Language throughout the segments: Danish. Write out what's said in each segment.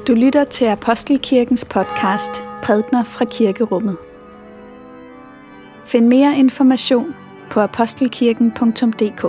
Du lytter til Apostelkirkens podcast Prædikener fra Kirkerummet. Find mere information på apostelkirken.dk.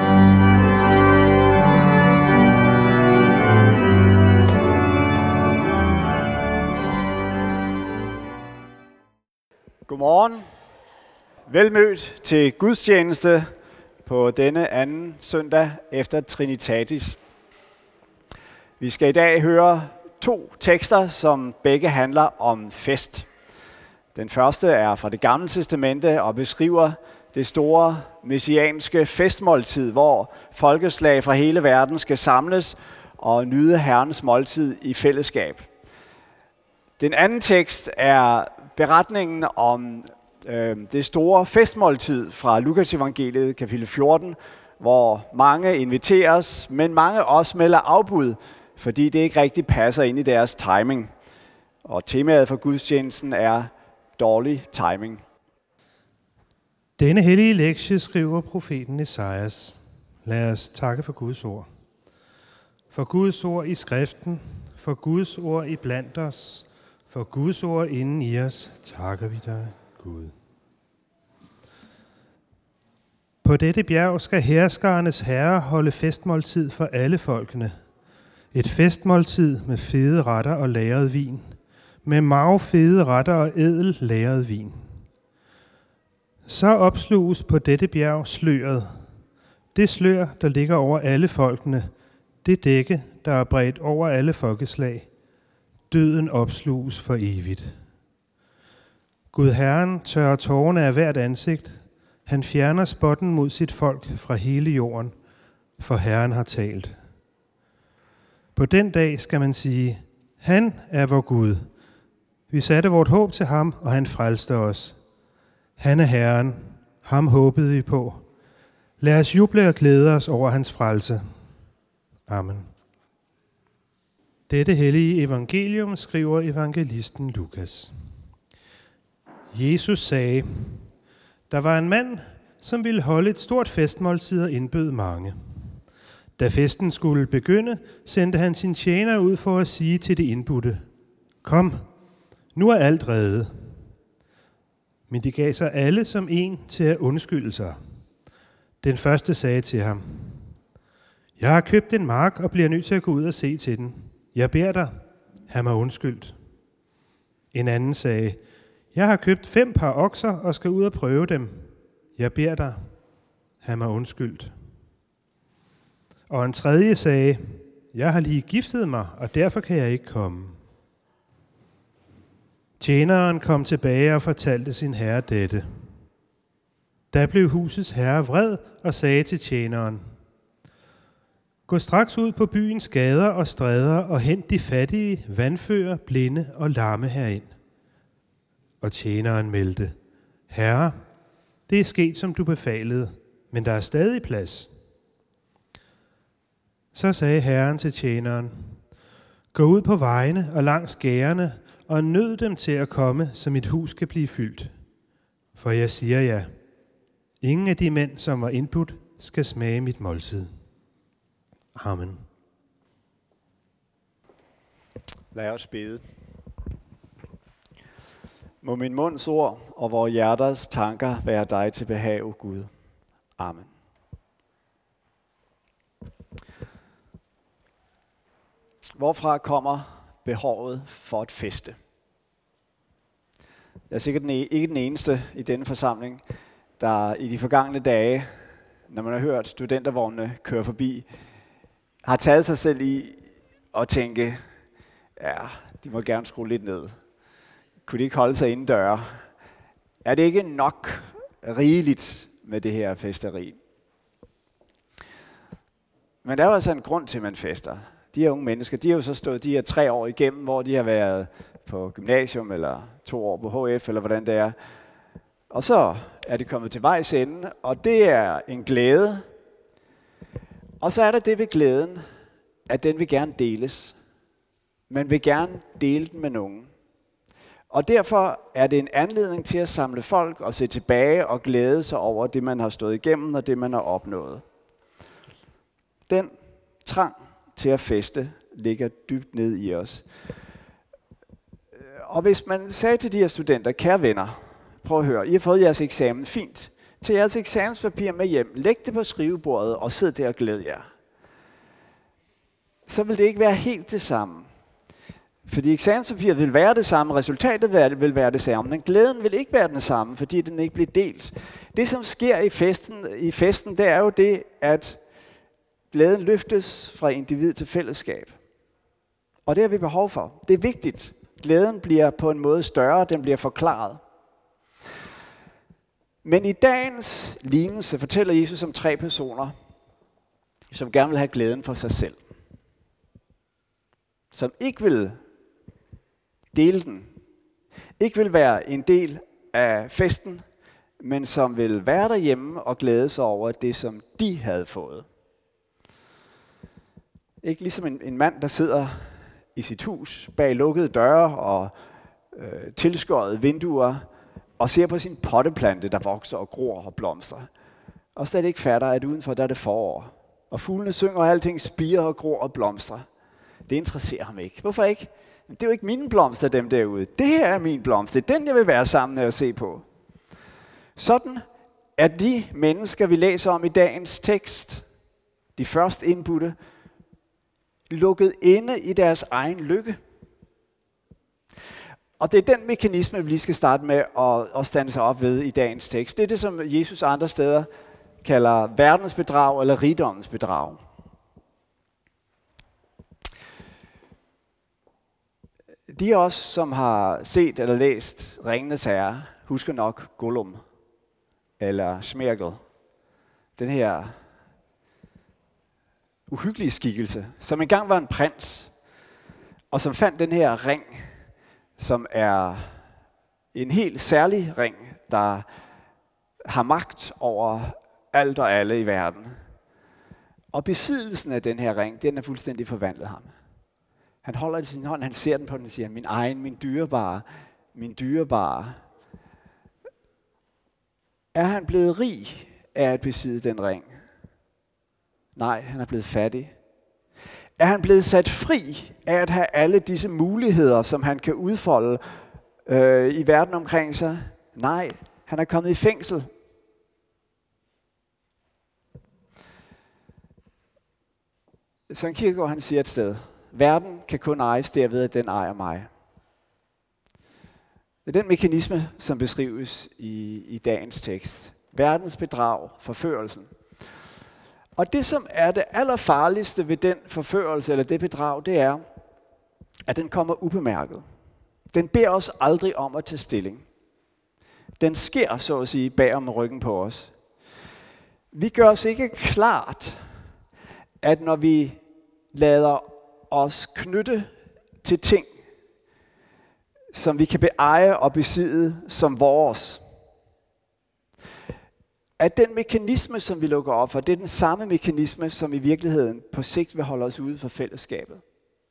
Godmorgen. Velmødt til gudstjeneste på denne anden søndag efter Trinitatis. Vi skal i dag høre 2 tekster, som begge handler om fest. Den første er fra Det Gamle Testamente og beskriver det store messianske festmåltid, hvor folkeslag fra hele verden skal samles og nyde Herrens måltid i fællesskab. Den anden tekst er beretningen om det store festmåltid fra Lukas evangeliet, kapitel 14, hvor mange inviteres, men mange også melder afbud, fordi det ikke rigtig passer ind i deres timing. Og temaet for gudstjenesten er dårlig timing. Denne hellige lektie skriver profeten Esajas. Lad os takke for Guds ord. For Guds ord i skriften, for Guds ord i blandt os, for Guds ord inden i os, takker vi dig, Gud. På dette bjerg skal herskernes herre holde festmåltid for alle folkene. Et festmåltid med fede retter og lagret vin, med magfede retter og ædel lagret vin. Så opsluges på dette bjerg sløret. Det slør, der ligger over alle folkene, det dække, der er bredt over alle folkeslag. Døden opsluges for evigt. Gud Herren tørrer tårerne af hvert ansigt. Han fjerner spotten mod sit folk fra hele jorden, for Herren har talt. På den dag skal man sige, han er vor Gud. Vi satte vort håb til ham, og han frelste os. Han er Herren, ham håbede vi på. Lad os juble og glæde os over hans frelse. Amen. Dette hellige evangelium skriver evangelisten Lukas. Jesus sagde, der var en mand, som ville holde et stort festmåltid og indbød mange. Da festen skulle begynde, sendte han sin tjener ud for at sige til de indbudte, kom, nu er alt rede. Men de gav sig alle som en til at undskylde sig. Den første sagde til ham, jeg har købt en mark og bliver nødt til at gå ud og se til den. Jeg beder dig, have mig undskyldt. En anden sagde, jeg har købt 5 par okser og skal ud og prøve dem. Jeg beder dig, have mig undskyldt. Og en tredje sagde, jeg har lige giftet mig, og derfor kan jeg ikke komme. Tjeneren kom tilbage og fortalte sin herre dette. Da blev husets herre vred og sagde til tjeneren, gå straks ud på byens gader og stræder og hent de fattige, vandfører, blinde og lamme herind. Og tjeneren meldte, herre, det er sket som du befalede, men der er stadig plads. Så sagde herren til tjeneren, gå ud på vejene og langs gærerne og nød dem til at komme, så mit hus kan blive fyldt. For jeg siger jer, ingen af de mænd, som var indbudt, skal smage mit måltid. Amen. Lad os bede. Må min munds ord og vores hjerters tanker være dig til behag, Gud. Amen. Hvorfra kommer behovet for at feste? Jeg er sikkert ikke den eneste i denne forsamling, der i de forgangne dage, når man har hørt studentervognene køre forbi, har taget sig selv i at tænke, ja, de må gerne skrue lidt ned. Kunne de ikke holde sig indendøre? Er det ikke nok rigeligt med det her festeri? Men der er jo altså en grund til, at man fester. De her unge mennesker, de har jo så stået de her 3 år igennem, hvor de har været på gymnasium, eller 2 år på HF, eller hvordan det er. Og så er de kommet til vejs ende, og det er en glæde. Og så er der det ved glæden, at den vil gerne deles. Man vil gerne dele den med nogen. Og derfor er det en anledning til at samle folk og se tilbage og glæde sig over det, man har stået igennem og det, man har opnået. Den trang til at feste, ligger dybt ned i os. Og hvis man sagde til de her studenter, kære venner, prøv at høre, I har fået jeres eksamen, fint. Tag jeres eksamenspapir med hjem, læg det på skrivebordet og sid der og glæd jer. Så vil det ikke være helt det samme. Fordi eksamenspapiret vil være det samme, resultatet vil være det samme, men glæden vil ikke være den samme, fordi den ikke bliver delt. Det, som sker i festen, det er jo det, at glæden løftes fra individ til fællesskab. Og det har vi behov for. Det er vigtigt. Glæden bliver på en måde større, den bliver forklaret. Men i dagens lignelse fortæller Jesus om 3 personer, som gerne vil have glæden for sig selv. Som ikke vil dele den. Ikke vil være en del af festen, men som vil være derhjemme og glæde sig over det, som de havde fået. Ikke ligesom en mand, der sidder i sit hus bag lukkede døre og tilskårede vinduer og ser på sin potteplante, der vokser og gror og blomstrer. Og slet ikke fatter, at udenfor der er det forår. Og fuglene synger, og alting spirer og gror og blomstrer. Det interesserer ham ikke. Hvorfor ikke? Det er jo ikke mine blomster, dem derude. Det her er min blomst. Det er den, jeg vil være sammen med og se på. Sådan er de mennesker, vi læser om i dagens tekst, de først indbudte, lukket inde i deres egen lykke. Og det er den mekanisme, vi lige skal starte med at stande sig op ved i dagens tekst. Det er det, som Jesus andre steder kalder verdens bedrag eller rigdommens bedrag. De af os, som har set eller læst Ringenes Herre, husker nok Gollum eller Sméagol. Den her uhyggelige skikkelse, som engang var en prins, og som fandt den her ring, som er en helt særlig ring, der har magt over alt og alle i verden. Og besiddelsen af den her ring, den er fuldstændig forvandlet ham. Han holder det i sin hånd, han ser den på den og siger, min egen, min dyrebare. Er han blevet rig af at besidde den ring? Nej, han er blevet fattig. Er han blevet sat fri af at have alle disse muligheder, som han kan udfolde i verden omkring sig? Nej, han er kommet i fængsel. Søren Kierkegaard, han siger et sted, verden kan kun ejes derved, at den ejer mig. Det er den mekanisme, som beskrives i dagens tekst. Verdens bedrag, forførelsen. Og det, som er det allerfarligste ved den forførelse eller det bedrag, det er, at den kommer ubemærket. Den beder os aldrig om at tage stilling. Den sker, så at sige, bag om ryggen på os. Vi gør os ikke klart, at når vi lader os knytte til ting, som vi kan beeje og besidde som vores, at den mekanisme, som vi lukker op for, det er den samme mekanisme, som i virkeligheden på sigt vil holde os ude for fællesskabet.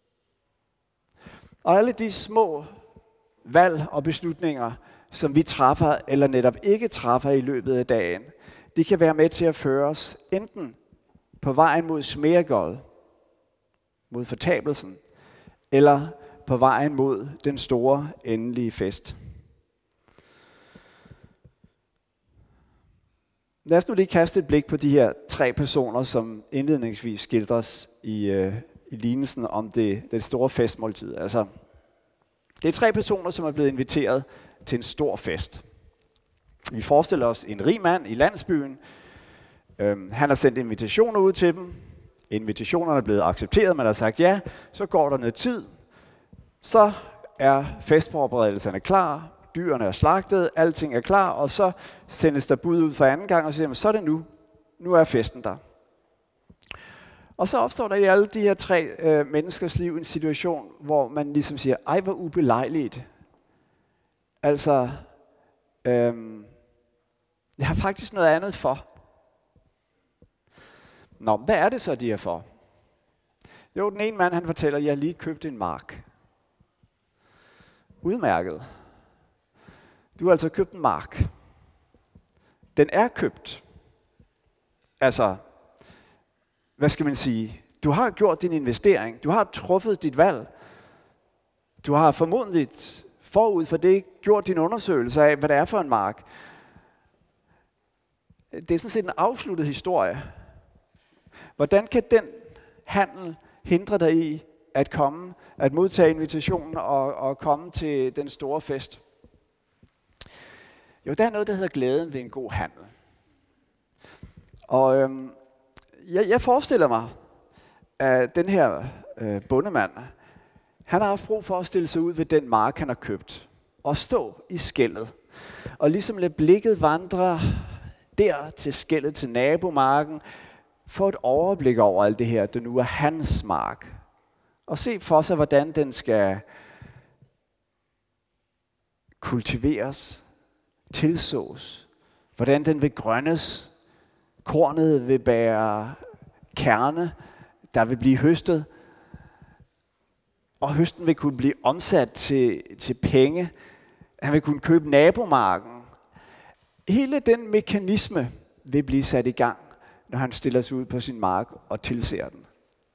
Og alle de små valg og beslutninger, som vi træffer eller netop ikke træffer i løbet af dagen, de kan være med til at føre os enten på vejen mod Sméagol, mod fortabelsen, eller på vejen mod den store endelige fest. Lad os nu lige kaste et blik på de her 3 personer, som indledningsvis skildres i lignelsen om det store festmåltid. Altså, det er 3 personer, som er blevet inviteret til en stor fest. Vi forestiller os en rig mand i landsbyen. Han har sendt invitationer ud til dem. Invitationerne er blevet accepteret, man har sagt ja. Så går der noget tid. Så er festforberedelserne klar. Dyrene er slagtet, alting er klar, og så sendes der bud ud for anden gang og siger, så er det nu. Nu er festen der. Og så opstår der i alle de her 3 menneskers liv en situation, hvor man ligesom siger, ej hvor ubelejligt. Altså, jeg har faktisk noget andet for. Nå, hvad er det så, de er for? Jo, den ene mand, han fortæller, jeg har lige købt en mark. Udmærket. Du har altså købt en mark. Den er købt. Altså, hvad skal man sige? Du har gjort din investering. Du har truffet dit valg. Du har formodentlig forud for det gjort din undersøgelse af, hvad det er for en mark. Det er sådan set en afsluttet historie. Hvordan kan den handel hindre dig i at komme, at modtage invitationen og komme til den store fest? Jo, der er noget, der hedder glæden ved en god handel. Og jeg forestiller mig, at den her bondemand, han har haft brug for at stille sig ud ved den mark, han har købt, og stå i skellet, og ligesom lade blikket vandre der til skellet til nabomarken, få et overblik over alt det her, det nu er hans mark, og se for sig, hvordan den skal kultiveres, tilsås, hvordan den vil grønnes, kornet vil bære kerne, der vil blive høstet, og høsten vil kunne blive omsat til penge. Han vil kunne købe nabomarken. Hele den mekanisme vil blive sat i gang, når han stiller sig ud på sin mark og tilser den.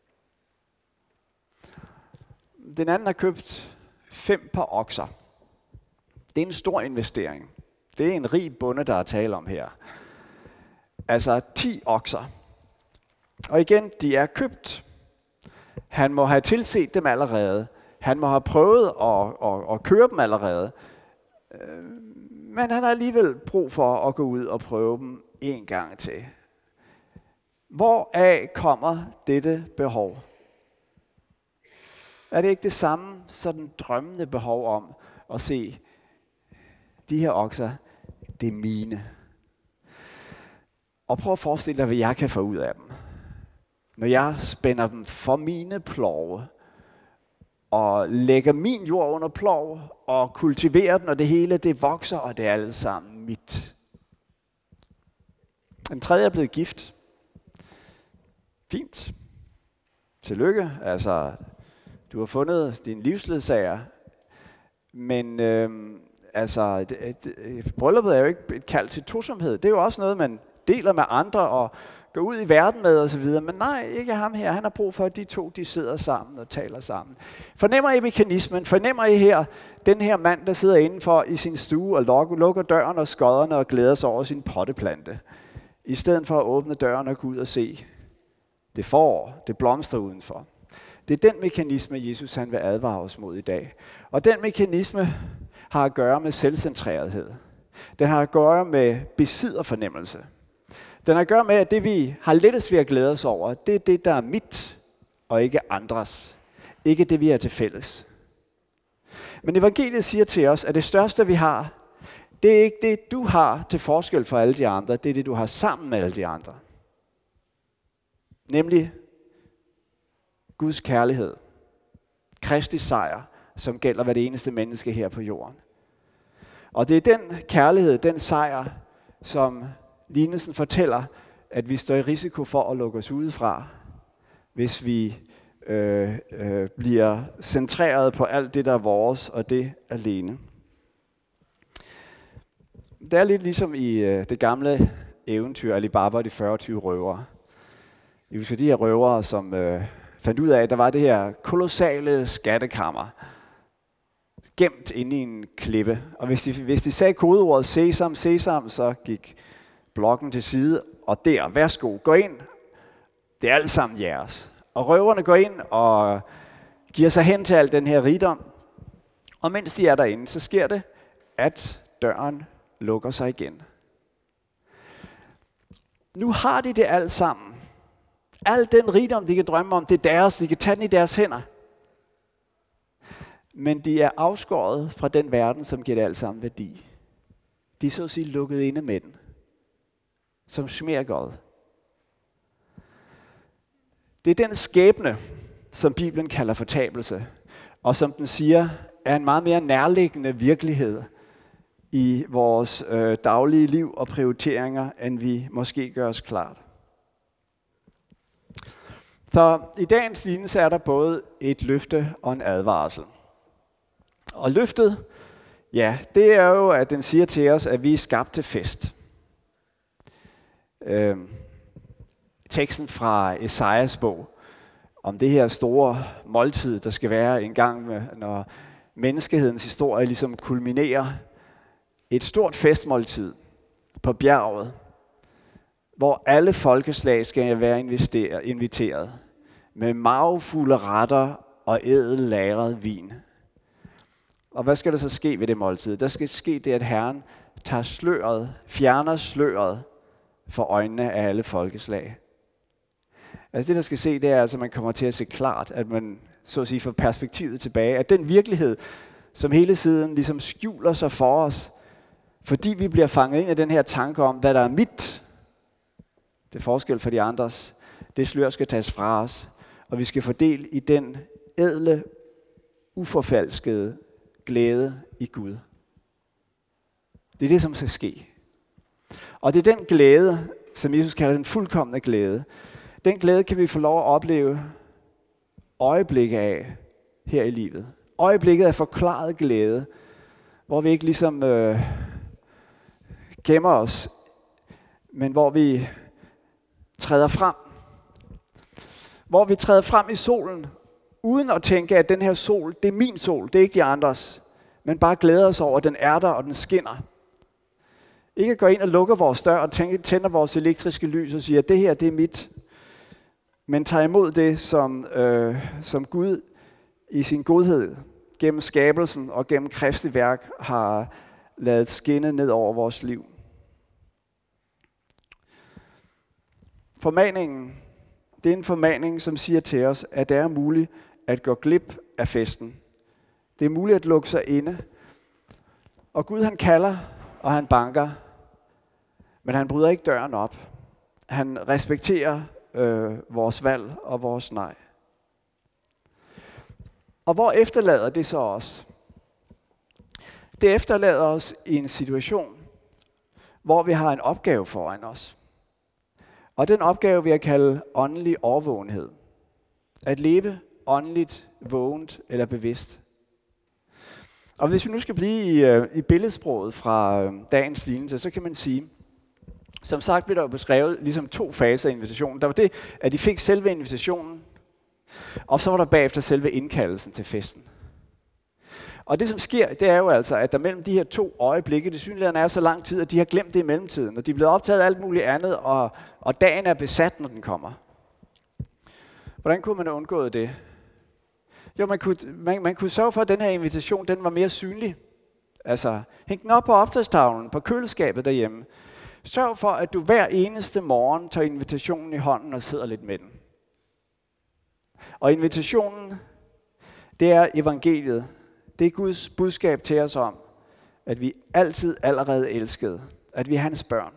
Den anden har købt 5 par okser. Det er en stor investering. Det er en rig bonde, der er tale om her. Altså 10 okser. Og igen, de er købt. Han må have tilset dem allerede. Han må have prøvet at køre dem allerede. Men han har alligevel brug for at gå ud og prøve dem en gang til. Hvoraf kommer dette behov? Er det ikke det samme sådan drømmende behov om at se, de her okser, det er mine? Og prøv at forestille dig, hvad jeg kan få ud af dem. Når jeg spænder dem for mine plove, og lægger min jord under plov, og kultiverer den, og det hele det vokser, og det er alt sammen mit. Den tredje er blevet gift. Fint. Tillykke. Altså, du har fundet din livsledsager. Men brylluppet er jo ikke et kald til tosomhed. Det er jo også noget, man deler med andre og går ud i verden med osv. Men nej, ikke ham her. Han har brug for, at de to de sidder sammen og taler sammen. Fornemmer I mekanismen? Fornemmer I her den her mand, der sidder indenfor i sin stue og lukker døren og skodderne og glæder sig over sin potteplante? I stedet for at åbne døren og gå ud og se det forår, det blomstrer udenfor. Det er den mekanisme, Jesus han vil advare os mod i dag. Og den mekanisme har at gøre med selvcentrerethed. Den har at gøre med besidderfornemmelse. Den har at gøre med, at det vi har lettest ved at glæde os over, det er det, der er mit, og ikke andres. Ikke det, vi er til fælles. Men evangeliet siger til os, at det største, vi har, det er ikke det, du har til forskel for alle de andre. Det er det, du har sammen med alle de andre. Nemlig Guds kærlighed. Kristi sejr, som gælder hver det eneste menneske her på jorden. Og det er den kærlighed, den sejr, som lignelsen fortæller, at vi står i risiko for at lukke os udefra, hvis vi bliver centreret på alt det, der er vores, og det alene. Det er lidt ligesom i det gamle eventyr, Alibaba og de 40 røvere. I husker de her røvere, som fandt ud af, at der var det her kolossale skattekammer, gemt inde i en klippe. Og hvis de sagde kodeordet sesam, sesam, så gik blokken til side, og der, værsgo, gå ind. Det er alt sammen jeres. Og røverne går ind og giver sig hen til al den her rigdom. Og mens de er derinde, så sker det, at døren lukker sig igen. Nu har de det alt sammen. Al den rigdom, de kan drømme om, det er deres, de kan tage den i deres hænder. Men de er afskåret fra den verden, som giver det alt sammen værdi. De er så at sige lukket inde med den. Som smergod. Det er den skæbne, som Bibelen kalder fortabelse, og som den siger, er en meget mere nærliggende virkelighed i vores daglige liv og prioriteringer, end vi måske gør os klart. Så i dagens lignelse er der både et løfte og en advarsel. Og løftet, ja, det er jo, at den siger til os, at vi er skabt til fest. Teksten fra Esajas bog om det her store måltid, der skal være en gang, når menneskehedens historie ligesom kulminerer. Et stort festmåltid på bjerget, hvor alle folkeslag skal være inviteret med magefulde retter og ædel lagret vin. Og hvad skal der så ske ved det måltid? Der skal ske det, at Herren fjerner sløret for øjnene af alle folkeslag. Altså det, der skal se, det er altså, at man kommer til at se klart, at man så at sige får perspektivet tilbage, at den virkelighed, som hele tiden ligesom skjuler sig for os, fordi vi bliver fanget ind af den her tanke om, hvad der er mit, det er forskel for de andres, det slør skal tages fra os, og vi skal få del i den ædle, uforfalskede glæde i Gud. Det er det, som skal ske. Og det er den glæde, som Jesus kalder den fuldkomne glæde. Den glæde kan vi få lov at opleve øjeblikke af her i livet. Øjeblikket af forklaret glæde, hvor vi ikke ligesom gemmer os, men hvor vi træder frem. Hvor vi træder frem i solen, uden at tænke, at den her sol, det er min sol, det er ikke de andres, men bare glæder os over, at den er der, og den skinner. Ikke at gå ind og lukke vores dør og tænder vores elektriske lys og siger, at det her, det er mit. Men tager imod det, som Gud i sin godhed gennem skabelsen og gennem Kristi værk har ladet skinne ned over vores liv. Formaningen, det er en formaning, som siger til os, at det er muligt at gå glip af festen. Det er muligt at lukke sig inde. Og Gud han kalder, og han banker, men han bryder ikke døren op. Han respekterer vores valg og vores nej. Og hvor efterlader det så os? Det efterlader os i en situation, hvor vi har en opgave foran os. Og den opgave vil jeg kalde åndelig overvågenhed. At leve åndeligt, vågent eller bevidst. Og hvis vi nu skal blive i billedsproget fra dagens lignelse, så kan man sige, som sagt blev der jo beskrevet ligesom 2 faser af invitationen. Der var det, at de fik selve invitationen, og så var der bagefter selve indkaldelsen til festen. Og det som sker, det er jo altså, at der mellem de her 2 øjeblikke, det synligheden er så lang tid, at de har glemt det i mellemtiden, og de er blevet optaget af alt muligt andet, og dagen er besat, når den kommer. Hvordan kunne man have undgået det? Jo, man kunne sørge for, at den her invitation, den var mere synlig. Altså, hæng den op på opslagstavlen, på køleskabet derhjemme. Sørg for, at du hver eneste morgen tager invitationen i hånden og sidder lidt med den. Og invitationen, det er evangeliet. Det er Guds budskab til os om, at vi altid allerede elskede, at vi er hans børn.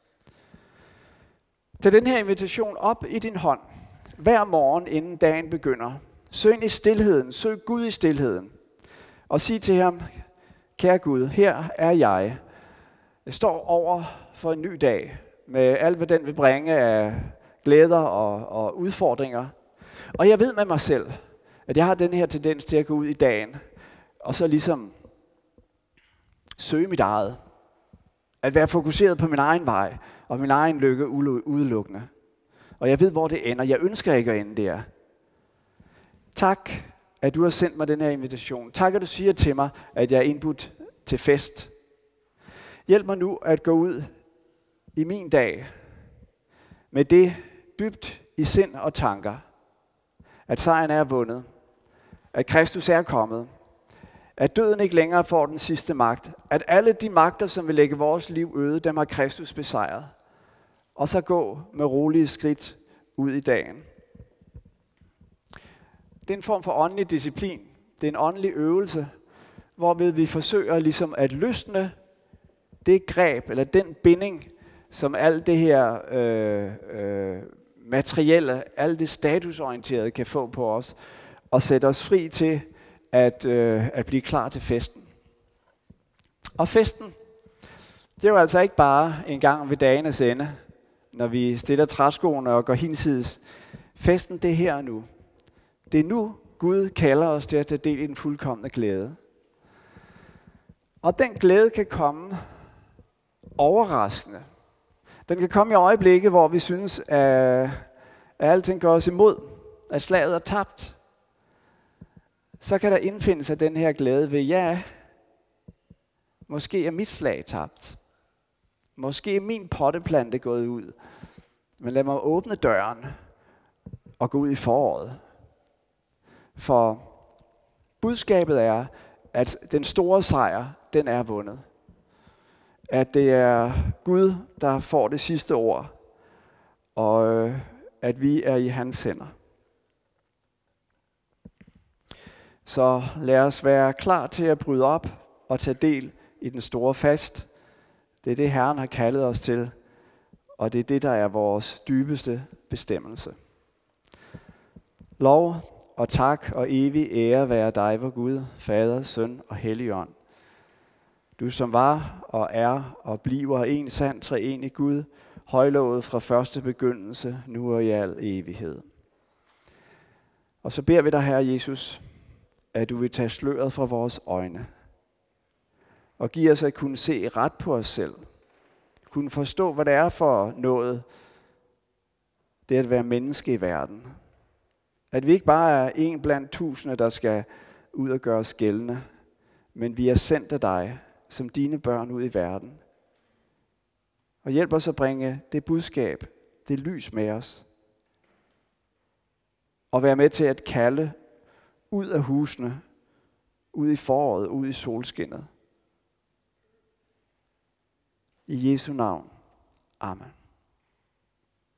Tag den her invitation op i din hånd, hver morgen inden dagen begynder. Søg ind i stilheden, søg Gud i stilheden, og sig til ham, kære Gud, her er jeg. Jeg står over for en ny dag, med alt hvad den vil bringe af glæder og udfordringer. Og jeg ved med mig selv, at jeg har den her tendens til at gå ud i dagen, og så ligesom søge mit eget. At være fokuseret på min egen vej, og min egen lykke udelukkende. Og jeg ved, hvor det ender. Jeg ønsker ikke at ende der. Tak, at du har sendt mig den her invitation. Tak, at du siger til mig, at jeg er indbudt til fest. Hjælp mig nu at gå ud i min dag med det dybt i sind og tanker. At sejren er vundet. At Kristus er kommet. At døden ikke længere får den sidste magt. At alle de magter, som vil lægge vores liv øde, dem har Kristus besejret. Og så gå med rolige skridt ud i dagen. Det er en form for åndelig disciplin. Det er en åndelig øvelse, hvorved vi forsøger ligesom at løsne det greb, eller den binding, som alt det her materielle, alt det statusorienterede kan få på os, og sætte os fri til at blive klar til festen. Og festen, det er jo altså ikke bare en gang ved dagenes ende, når vi stiller træskoene og går hinsides. Festen, det er her og nu. Det er nu, Gud kalder os til at tage del i den fuldkomne glæde. Og den glæde kan komme overraskende. Den kan komme i øjeblikke, hvor vi synes, at alting går os imod. at slaget er tabt, så kan der indfinde sig den her glæde ved, ja, måske er mit slag tabt. Måske er min potteplante gået ud. Men lad mig åbne døren og gå ud i foråret. For budskabet er, at den store sejr, den er vundet. At det er Gud, der får det sidste ord. Og at vi er i hans hænder. Så lad os være klar til at bryde op og tage del i den store fast. Det er det, Herren har kaldet os til, og det er det, der er vores dybeste bestemmelse. Lov og tak og evig ære være dig, vor Gud, Fader, Søn og Helligånd. Du som var og er og bliver en sand treenig Gud, højlovet fra første begyndelse, nu og i al evighed. Og så beder vi dig, Herre Jesus, at du vil tage sløret fra vores øjne, og give os at kunne se ret på os selv, kunne forstå, hvad det er for noget, det at være menneske i verden. At vi ikke bare er en blandt tusinde, der skal ud og gøre os gældende, men vi er sendt af dig, som dine børn ud i verden. Og hjælp os at bringe det budskab, det lys med os, og være med til at kalde ud af husene, ud i foråret, ud i solskinnet. I Jesu navn. Amen.